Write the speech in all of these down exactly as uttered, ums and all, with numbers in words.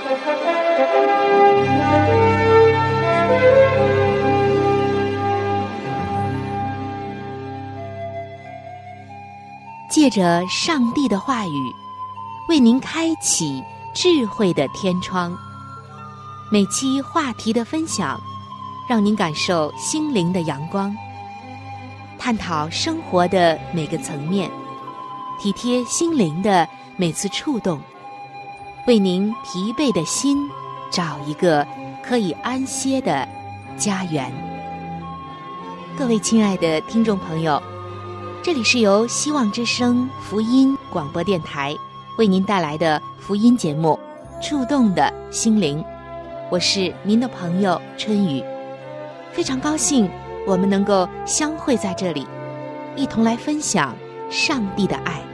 借着上帝的话语，为您开启智慧的天窗。每期话题的分享，让您感受心灵的阳光，探讨生活的每个层面，体贴心灵的每次触动，为您疲惫的心找一个可以安歇的家园。各位亲爱的听众朋友，这里是由希望之声福音广播电台为您带来的福音节目《触动的心灵》，我是您的朋友春雨，非常高兴我们能够相会在这里，一同来分享上帝的爱。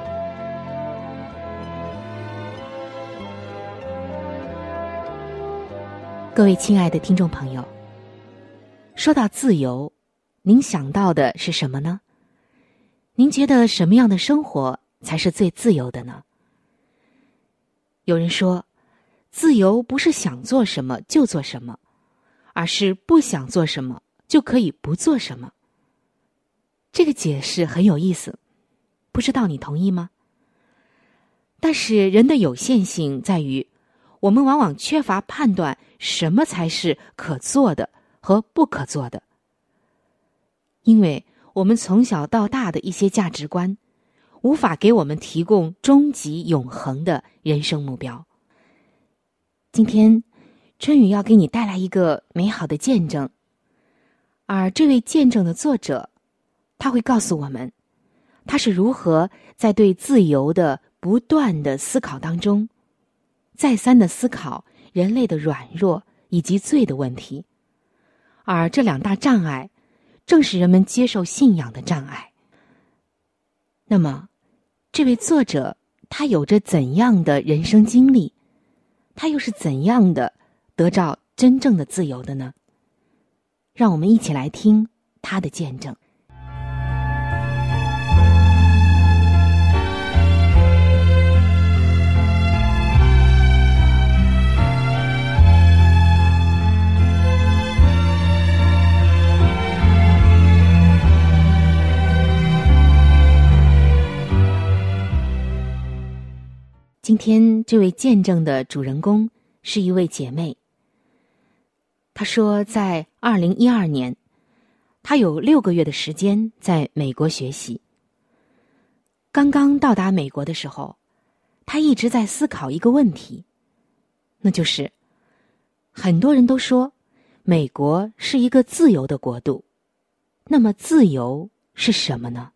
各位亲爱的听众朋友，说到自由，您想到的是什么呢？您觉得什么样的生活才是最自由的呢？有人说，自由不是想做什么就做什么，而是不想做什么就可以不做什么。这个解释很有意思，不知道你同意吗？但是人的有限性在于，我们往往缺乏判断什么才是可做的和不可做的。因为我们从小到大的一些价值观，无法给我们提供终极永恒的人生目标。今天，春雨要给你带来一个美好的见证，而这位见证的作者，他会告诉我们，他是如何在对自由的不断的思考当中，再三的思考人类的软弱以及罪的问题，而这两大障碍正是人们接受信仰的障碍。那么，这位作者他有着怎样的人生经历？他又是怎样的得到真正的自由的呢？让我们一起来听他的见证。今天这位见证的主人公是一位姐妹。她说，在二零一二年，她有六个月的时间在美国学习。刚刚到达美国的时候，她一直在思考一个问题，那就是很多人都说美国是一个自由的国度，那么自由是什么呢？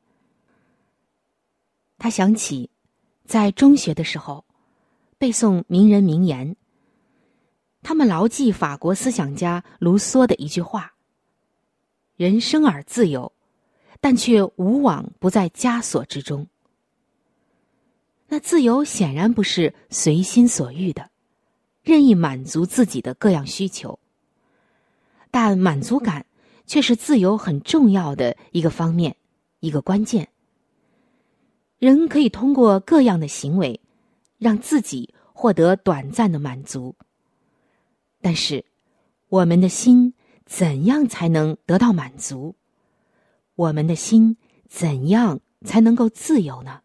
她想起在中学的时候背诵名人名言，他们牢记法国思想家卢梭的一句话：人生而自由，但却无往不在枷锁之中。那自由显然不是随心所欲的，任意满足自己的各样需求，但满足感却是自由很重要的一个方面，一个关键。人可以通过各样的行为让自己获得短暂的满足，但是我们的心怎样才能得到满足？我们的心怎样才能够自由呢？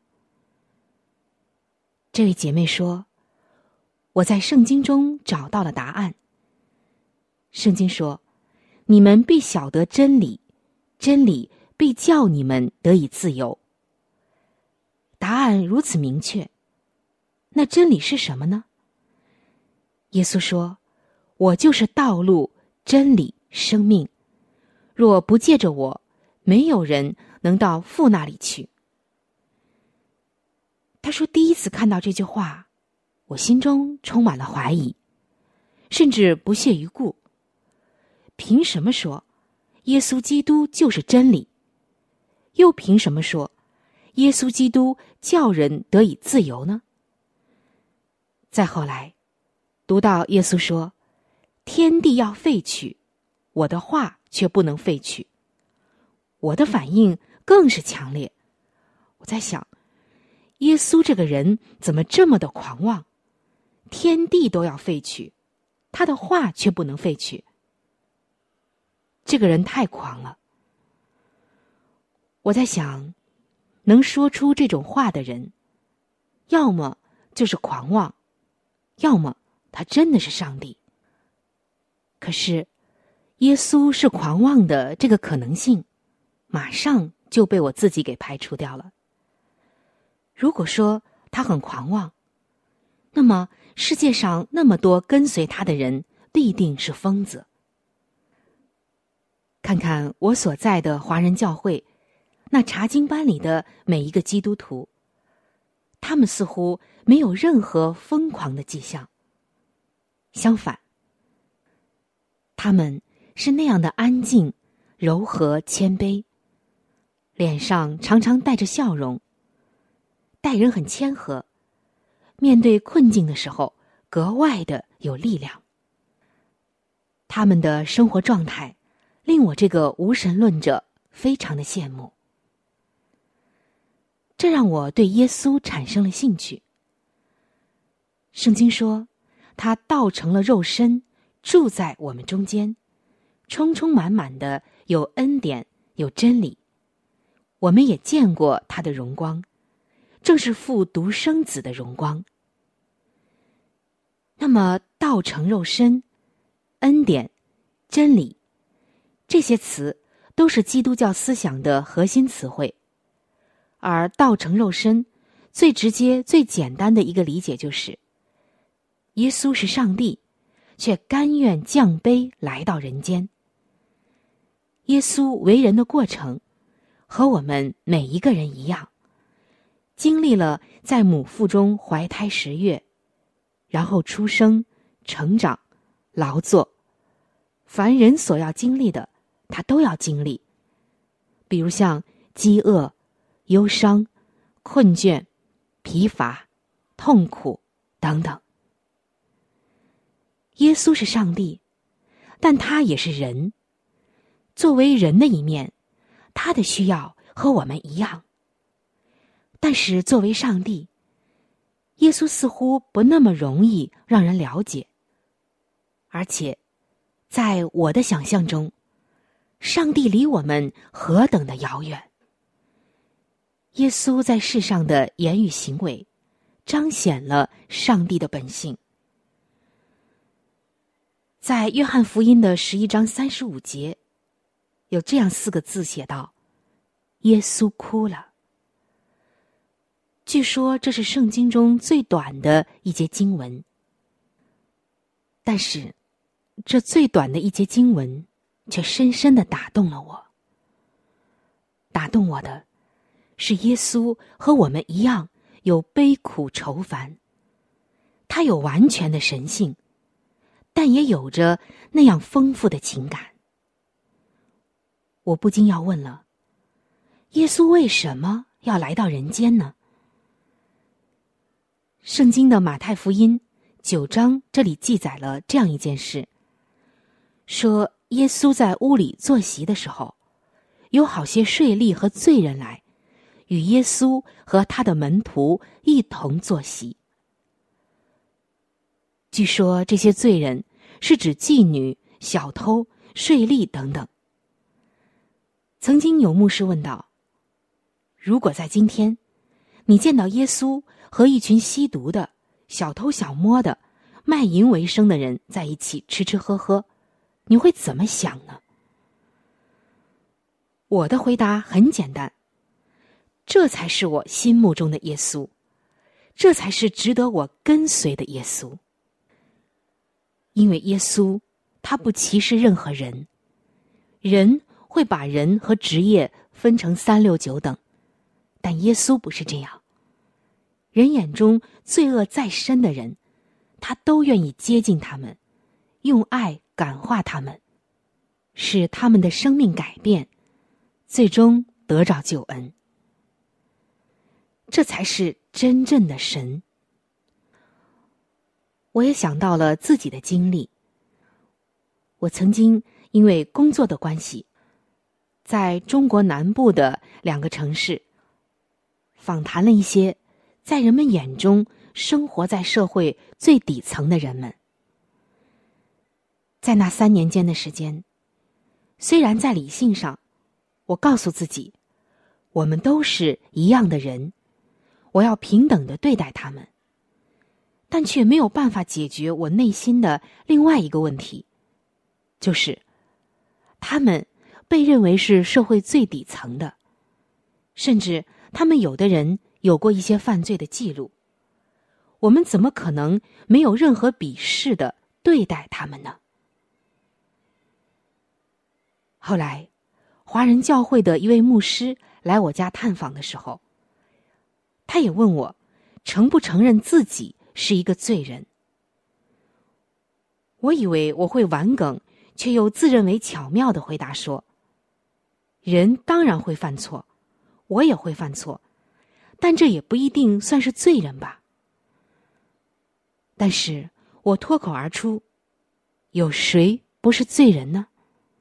这位姐妹说，我在圣经中找到了答案。圣经说，你们必晓得真理，真理必叫你们得以自由。答案如此明确，那真理是什么呢？耶稣说，我就是道路、真理、生命，若不借着我，没有人能到父那里去。他说，第一次看到这句话，我心中充满了怀疑，甚至不屑一顾。凭什么说耶稣基督就是真理？又凭什么说耶稣基督叫人得以自由呢？再后来，读到耶稣说，天地要废去，我的话却不能废去。我的反应更是强烈。我在想，耶稣这个人怎么这么的狂妄？ 天地都要废去，他的话却不能废去。这个人太狂了。我在想，能说出这种话的人，要么就是狂妄，要么他真的是上帝。可是耶稣是狂妄的这个可能性，马上就被我自己给排除掉了。如果说他很狂妄，那么世界上那么多跟随他的人必定是疯子。看看我所在的华人教会，那查经班里的每一个基督徒，他们似乎没有任何疯狂的迹象。相反，他们是那样的安静、柔和、谦卑，脸上常常带着笑容，待人很谦和，面对困境的时候格外的有力量。他们的生活状态令我这个无神论者非常的羡慕，这让我对耶稣产生了兴趣。圣经说，他道成了肉身，住在我们中间，充充满满的有恩典，有真理。我们也见过他的荣光，正是父独生子的荣光。那么道成肉身、恩典、真理，这些词都是基督教思想的核心词汇。而道成肉身最直接最简单的一个理解就是，耶稣是上帝，却甘愿降卑来到人间。耶稣为人的过程和我们每一个人一样，经历了在母腹中怀胎十月，然后出生、成长、劳作，凡人所要经历的，他都要经历。比如像饥饿、忧伤、困倦、疲乏、痛苦等等。耶稣是上帝，但他也是人。作为人的一面，他的需要和我们一样。但是作为上帝，耶稣似乎不那么容易让人了解。而且在我的想象中，上帝离我们何等的遥远。耶稣在世上的言语行为彰显了上帝的本性。在约翰福音的十一章三十五节，有这样四个字写道：耶稣哭了。据说这是圣经中最短的一节经文，但是这最短的一节经文却深深地打动了我。打动我的是耶稣和我们一样有悲苦愁烦，他有完全的神性，但也有着那样丰富的情感。我不禁要问了，耶稣为什么要来到人间呢？圣经的马太福音九章这里记载了这样一件事，说耶稣在屋里坐席的时候，有好些税吏和罪人来，与耶稣和他的门徒一同坐席。据说这些罪人是指妓女、小偷、税吏等等。曾经有牧师问道，如果在今天你见到耶稣和一群吸毒的、小偷小摸的、卖淫为生的人在一起吃吃喝喝，你会怎么想呢？我的回答很简单，这才是我心目中的耶稣，这才是值得我跟随的耶稣。因为耶稣他不歧视任何人，人会把人和职业分成三六九等，但耶稣不是这样。人眼中罪恶再深的人，他都愿意接近他们，用爱感化他们，使他们的生命改变，最终得着救恩。这才是真正的神。我也想到了自己的经历。我曾经因为工作的关系，在中国南部的两个城市访谈了一些在人们眼中生活在社会最底层的人们。在那三年间的时间，虽然在理性上，我告诉自己，我们都是一样的人，我要平等地对待他们，但却没有办法解决我内心的另外一个问题，就是他们被认为是社会最底层的，甚至他们有的人有过一些犯罪的记录，我们怎么可能没有任何鄙视地对待他们呢？后来，华人教会的一位牧师来我家探访的时候，他也问我，承不承认自己是一个罪人。我以为我会顽梗，却又自认为巧妙地回答说，人当然会犯错，我也会犯错，但这也不一定算是罪人吧。但是我脱口而出，有谁不是罪人呢？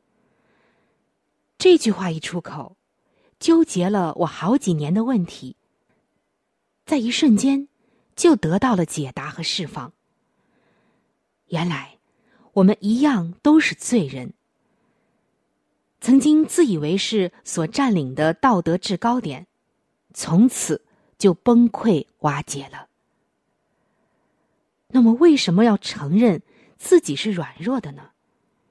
这句话一出口，纠结了我好几年的问题，在一瞬间就得到了解答和释放。原来我们一样都是罪人，曾经自以为是所占领的道德制高点，从此就崩溃瓦解了。那么为什么要承认自己是软弱的呢？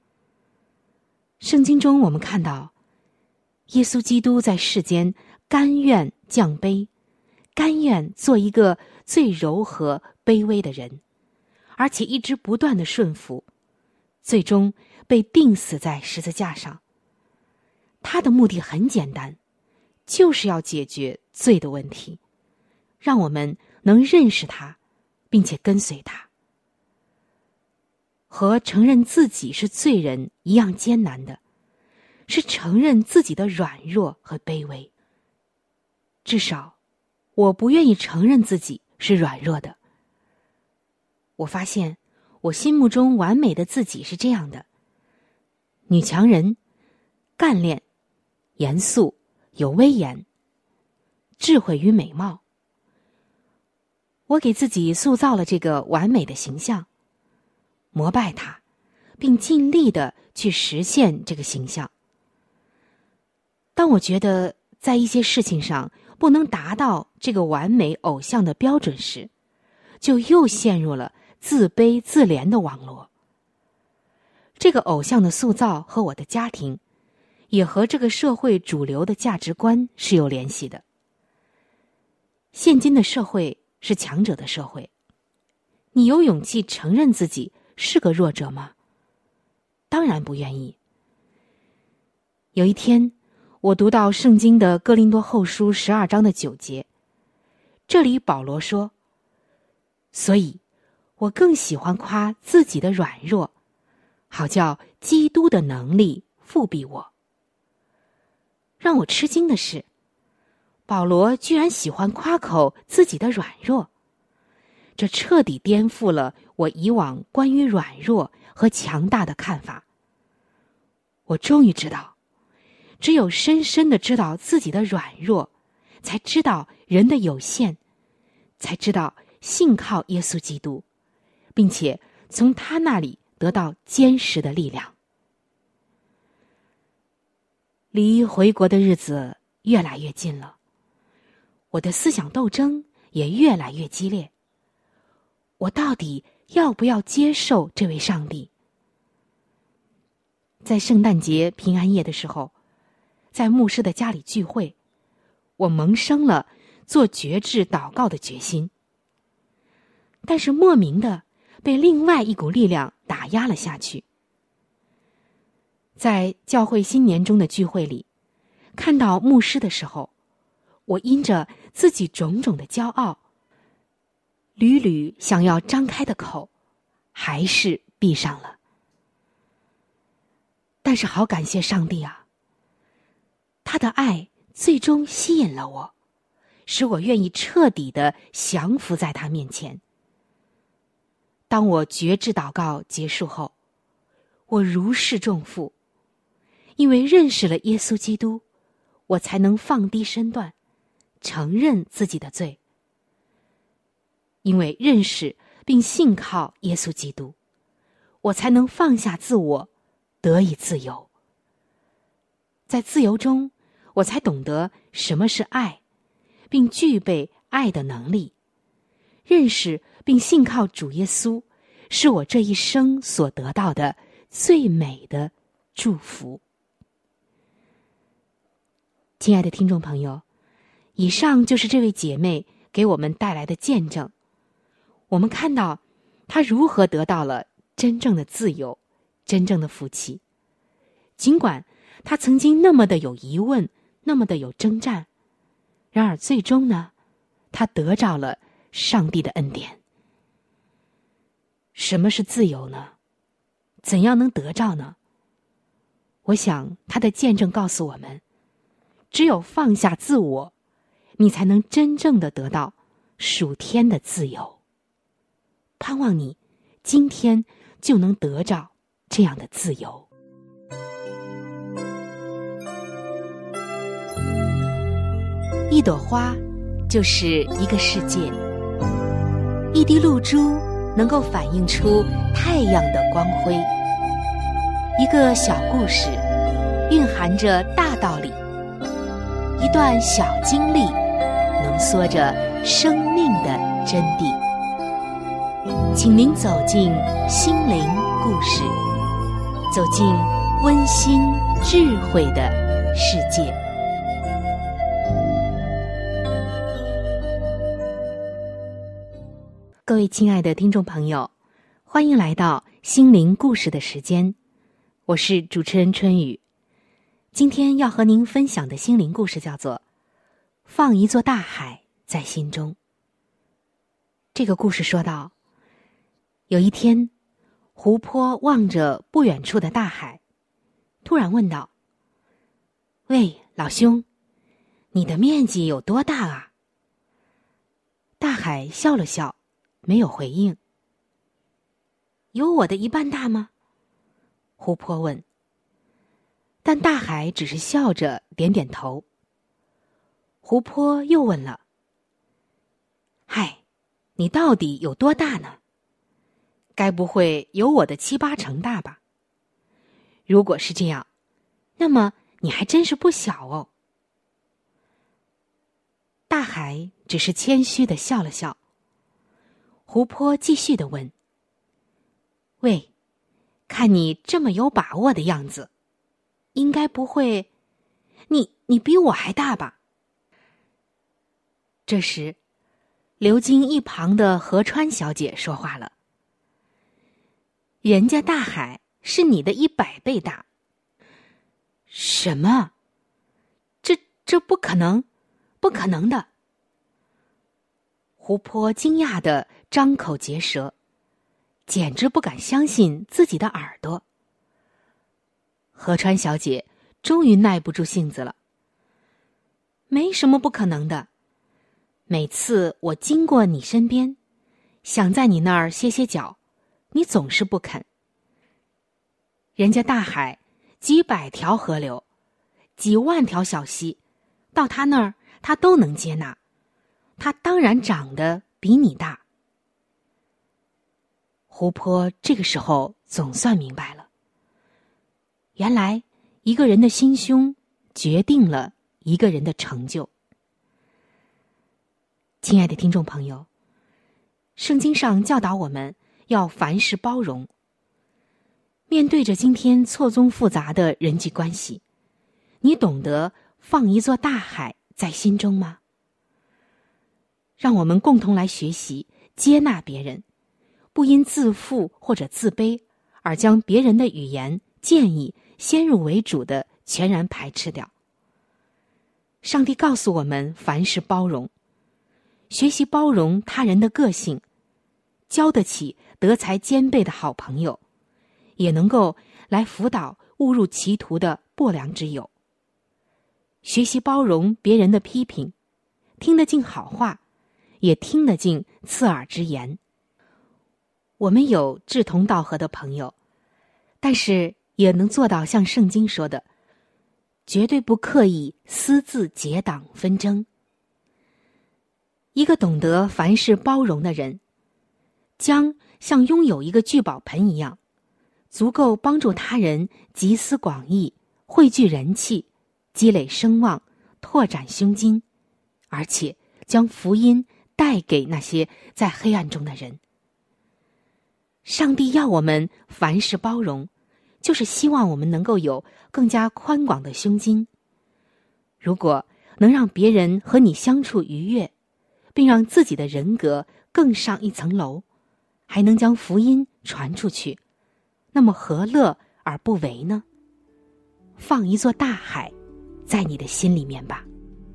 圣经中我们看到，耶稣基督在世间甘愿降卑，甘愿做一个最柔和卑微的人，而且一直不断的顺服，最终被钉死在十字架上。他的目的很简单，就是要解决罪的问题，让我们能认识他，并且跟随他。和承认自己是罪人一样艰难的，是承认自己的软弱和卑微。至少，我不愿意承认自己是软弱的。我发现，我心目中完美的自己是这样的：女强人，干练，严肃，有威严，智慧与美貌。我给自己塑造了这个完美的形象，膜拜它，并尽力地去实现这个形象。当我觉得在一些事情上不能达到这个完美偶像的标准时，就又陷入了自卑自怜的网络。这个偶像的塑造和我的家庭，也和这个社会主流的价值观是有联系的。现今的社会是强者的社会，你有勇气承认自己是个弱者吗？当然不愿意。有一天，我读到圣经的哥林多后书十二章的九节，这里保罗说，所以我更喜欢夸自己的软弱，好叫基督的能力复庇我。让我吃惊的是，保罗居然喜欢夸口自己的软弱，这彻底颠覆了我以往关于软弱和强大的看法。我终于知道，只有深深地知道自己的软弱，才知道人的有限，才知道信靠耶稣基督，并且从他那里得到坚实的力量。离回国的日子越来越近了，我的思想斗争也越来越激烈。我到底要不要接受这位上帝？在圣诞节平安夜的时候，在牧师的家里聚会，我萌生了做决志祷告的决心，但是莫名的被另外一股力量打压了下去。在教会新年中的聚会里，看到牧师的时候，我因着自己种种的骄傲，屡屡想要张开的口，还是闭上了。但是好感谢上帝啊，他的爱最终吸引了我，使我愿意彻底的降服在他面前。当我决志祷告结束后，我如释重负，因为认识了耶稣基督，我才能放低身段，承认自己的罪。 因为认识并信靠耶稣基督，我才能放下自我，得以自由。在自由中，我才懂得什么是爱，并具备爱的能力。认识并信靠主耶稣，是我这一生所得到的最美的祝福。亲爱的听众朋友，以上就是这位姐妹给我们带来的见证。我们看到她如何得到了真正的自由，真正的福气。尽管她曾经那么的有疑问，那么的有征战，然而最终呢，她得着了上帝的恩典。什么是自由呢？怎样能得着呢？我想她的见证告诉我们，只有放下自我，你才能真正的得到属天的自由。盼望你今天就能得着这样的自由。一朵花就是一个世界，一滴露珠能够反映出太阳的光辉。一个小故事蕴含着大道理，一段小经历浓缩着生命的真谛。请您走进心灵故事，走进温馨智慧的世界。各位亲爱的听众朋友，欢迎来到心灵故事的时间，我是主持人春雨。今天要和您分享的心灵故事叫做放一座大海在心中。这个故事说到，有一天，湖泊望着不远处的大海，突然问道：喂，老兄，你的面积有多大啊？大海笑了笑，没有回应。有我的一半大吗？湖泊问。但大海只是笑着点点头。湖泊又问了：嗨，你到底有多大呢？该不会有我的七八成大吧？如果是这样，那么你还真是不小哦。大海只是谦虚地笑了笑。湖泊继续地问：喂，看你这么有把握的样子，应该不会，你你比我还大吧？这时，流经一旁的河川小姐说话了：人家大海是你的一百倍大。什么？这这不可能，不可能的！湖泊惊讶地张口结舌，简直不敢相信自己的耳朵。河川小姐终于耐不住性子了：没什么不可能的，每次我经过你身边，想在你那儿歇歇脚，你总是不肯。人家大海几百条河流，几万条小溪，到他那儿他都能接纳，他当然长得比你大。湖泊这个时候总算明白了，原来一个人的心胸决定了一个人的成就。亲爱的听众朋友，圣经上教导我们要凡事包容。面对着今天错综复杂的人际关系，你懂得放一座大海在心中吗？让我们共同来学习接纳别人，不因自负或者自卑而将别人的语言建议先入为主的全然排斥掉。上帝告诉我们凡事包容，学习包容他人的个性，交得起德才兼备的好朋友，也能够来辅导误入歧途的不良之友。学习包容别人的批评，听得进好话，也听得进刺耳之言。我们有志同道合的朋友，但是也能做到像圣经说的，绝对不刻意私自结党纷争。 一个懂得凡事包容的人，将像拥有一个聚宝盆一样，足够帮助他人集思广益，汇聚人气，积累声望，拓展胸襟，而且将福音带给那些在黑暗中的人。上帝要我们凡事包容，就是希望我们能够有更加宽广的胸襟。如果能让别人和你相处愉悦，并让自己的人格更上一层楼，还能将福音传出去，那么何乐而不为呢？放一座大海在你的心里面吧。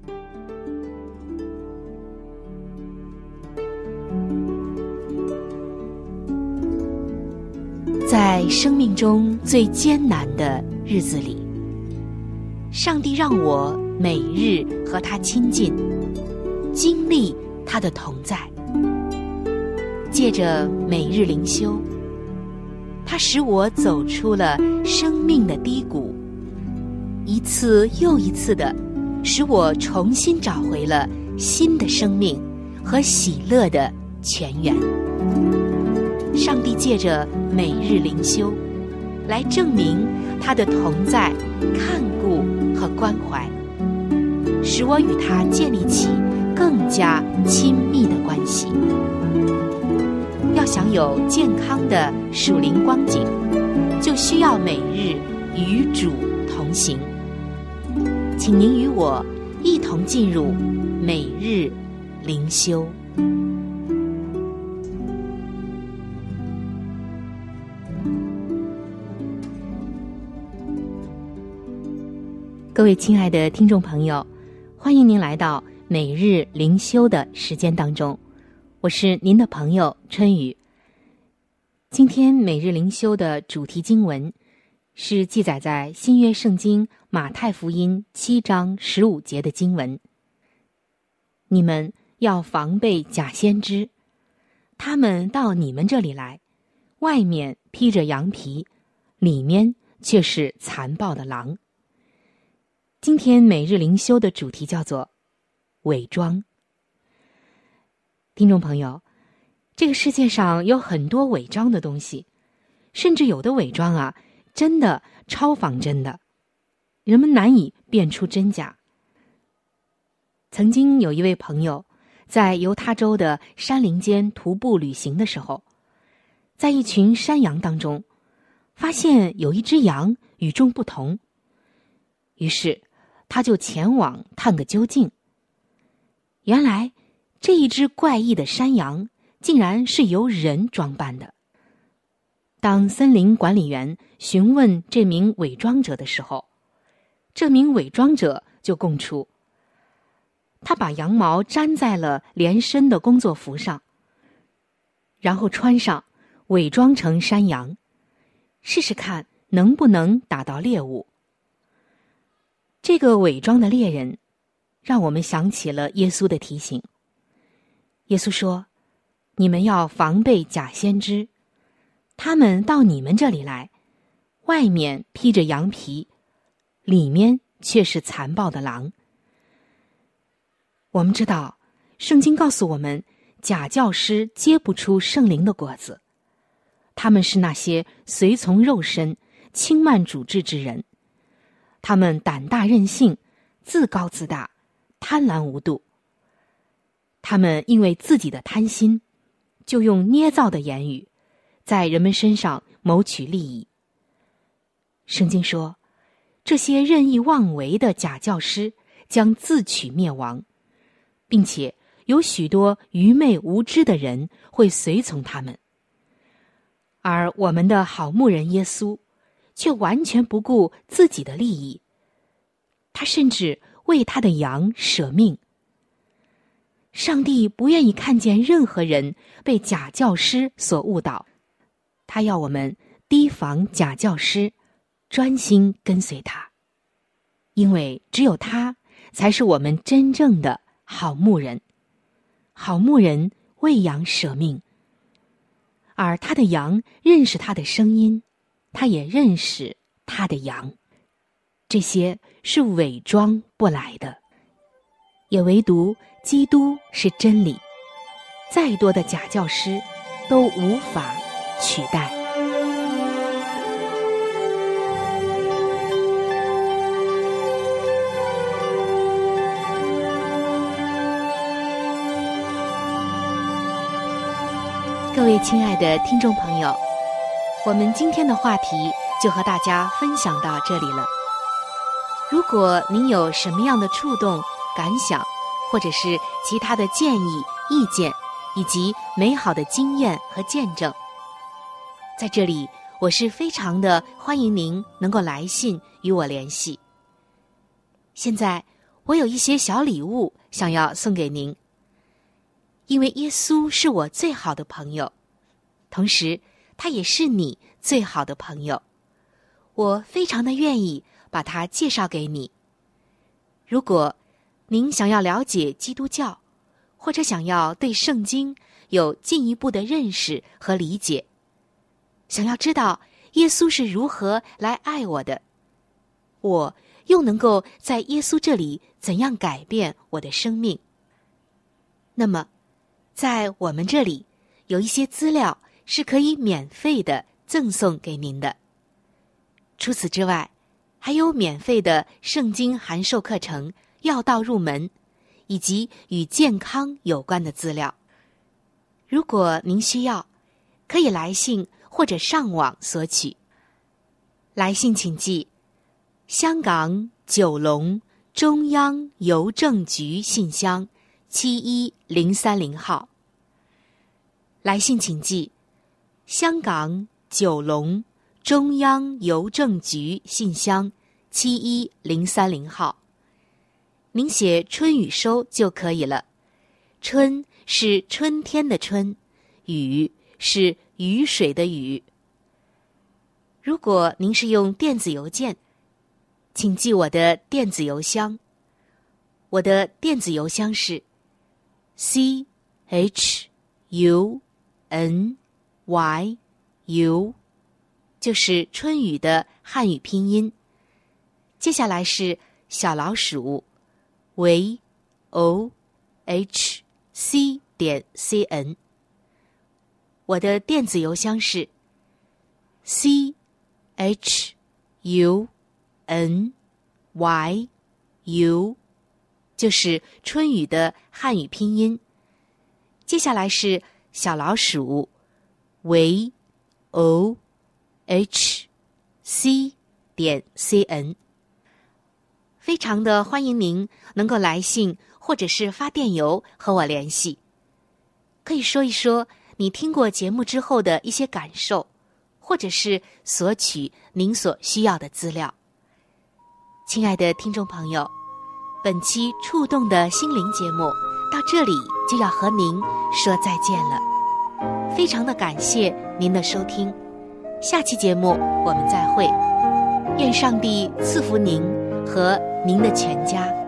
在生命中最艰难的日子里，上帝让我每日和他亲近，经历他的同在。借着每日灵修，他使我走出了生命的低谷，一次又一次的使我重新找回了新的生命和喜乐的泉源。上帝借着每日灵修来证明他的同在、看顾和关怀，使我与他建立起更加亲密的关系。要享有健康的属灵光景，就需要每日与主同行。请您与我一同进入每日灵修。各位亲爱的听众朋友，欢迎您来到每日灵修的时间当中，我是您的朋友春雨。今天每日灵修的主题经文是记载在新约圣经马太福音七章十五节的经文。你们要防备假先知，他们到你们这里来，外面披着羊皮，里面却是残暴的狼。今天每日灵修的主题叫做伪装。听众朋友，这个世界上有很多伪装的东西，甚至有的伪装啊，真的超仿真的，人们难以辨出真假。曾经有一位朋友在犹他州的山林间徒步旅行的时候，在一群山羊当中发现有一只羊与众不同，于是他就前往探个究竟。原来这一只怪异的山羊竟然是由人装扮的。当森林管理员询问这名伪装者的时候，这名伪装者就供出，他把羊毛粘在了连身的工作服上，然后穿上，伪装成山羊，试试看能不能打到猎物。这个伪装的猎人让我们想起了耶稣的提醒。耶稣说，你们要防备假先知，他们到你们这里来，外面披着羊皮，里面却是残暴的狼。我们知道，圣经告诉我们，假教师结不出圣灵的果子，他们是那些随从肉身、轻慢主治之人。他们胆大任性，自高自大，贪婪无度。他们因为自己的贪心，就用捏造的言语在人们身上谋取利益。圣经说，这些任意妄为的假教师将自取灭亡，并且有许多愚昧无知的人会随从他们。而我们的好牧人耶稣却完全不顾自己的利益，他甚至为他的羊舍命。上帝不愿意看见任何人被假教师所误导，他要我们提防假教师，专心跟随他，因为只有他才是我们真正的好牧人。好牧人为羊舍命，而他的羊认识他的声音，他也认识他的羊。这些是伪装不来的。 也唯独基督是真理，再多的假教师都无法取代。各位亲爱的听众朋友，我们今天的话题就和大家分享到这里了。如果您有什么样的触动、感想，或者是其他的建议、意见，以及美好的经验和见证，在这里我是非常的欢迎您能够来信与我联系。现在我有一些小礼物想要送给您，因为耶稣是我最好的朋友，同时他也是你最好的朋友，我非常的愿意把他介绍给你。如果您想要了解基督教，或者想要对圣经有进一步的认识和理解，想要知道耶稣是如何来爱我的，我又能够在耶稣这里怎样改变我的生命，那么在我们这里有一些资料是可以免费的赠送给您的。除此之外，还有免费的圣经函授课程要道入门，以及与健康有关的资料。如果您需要，可以来信或者上网索取。来信请寄香港九龙中央邮政局信箱七一零三零号。来信请寄香港九龙中央邮政局信箱七一零三零号。您写春雨收就可以了。春是春天的春，雨是雨水的雨。如果您是用电子邮件，请寄我的电子邮箱。我的电子邮箱是 c h u n y u， 就是春雨的汉语拼音。接下来是小老鼠 v o h c 点 c n。 我的电子邮箱是 c h u n y u， 就是春雨的汉语拼音。接下来是小老鼠 v o h c 点 c n。 非常的欢迎您能够来信或者是发电邮和我联系，可以说一说你听过节目之后的一些感受，或者是索取您所需要的资料。亲爱的听众朋友，本期触动的心灵节目到这里就要和您说再见了，非常的感谢您的收听，下期节目我们再会，愿上帝赐福您和您的全家。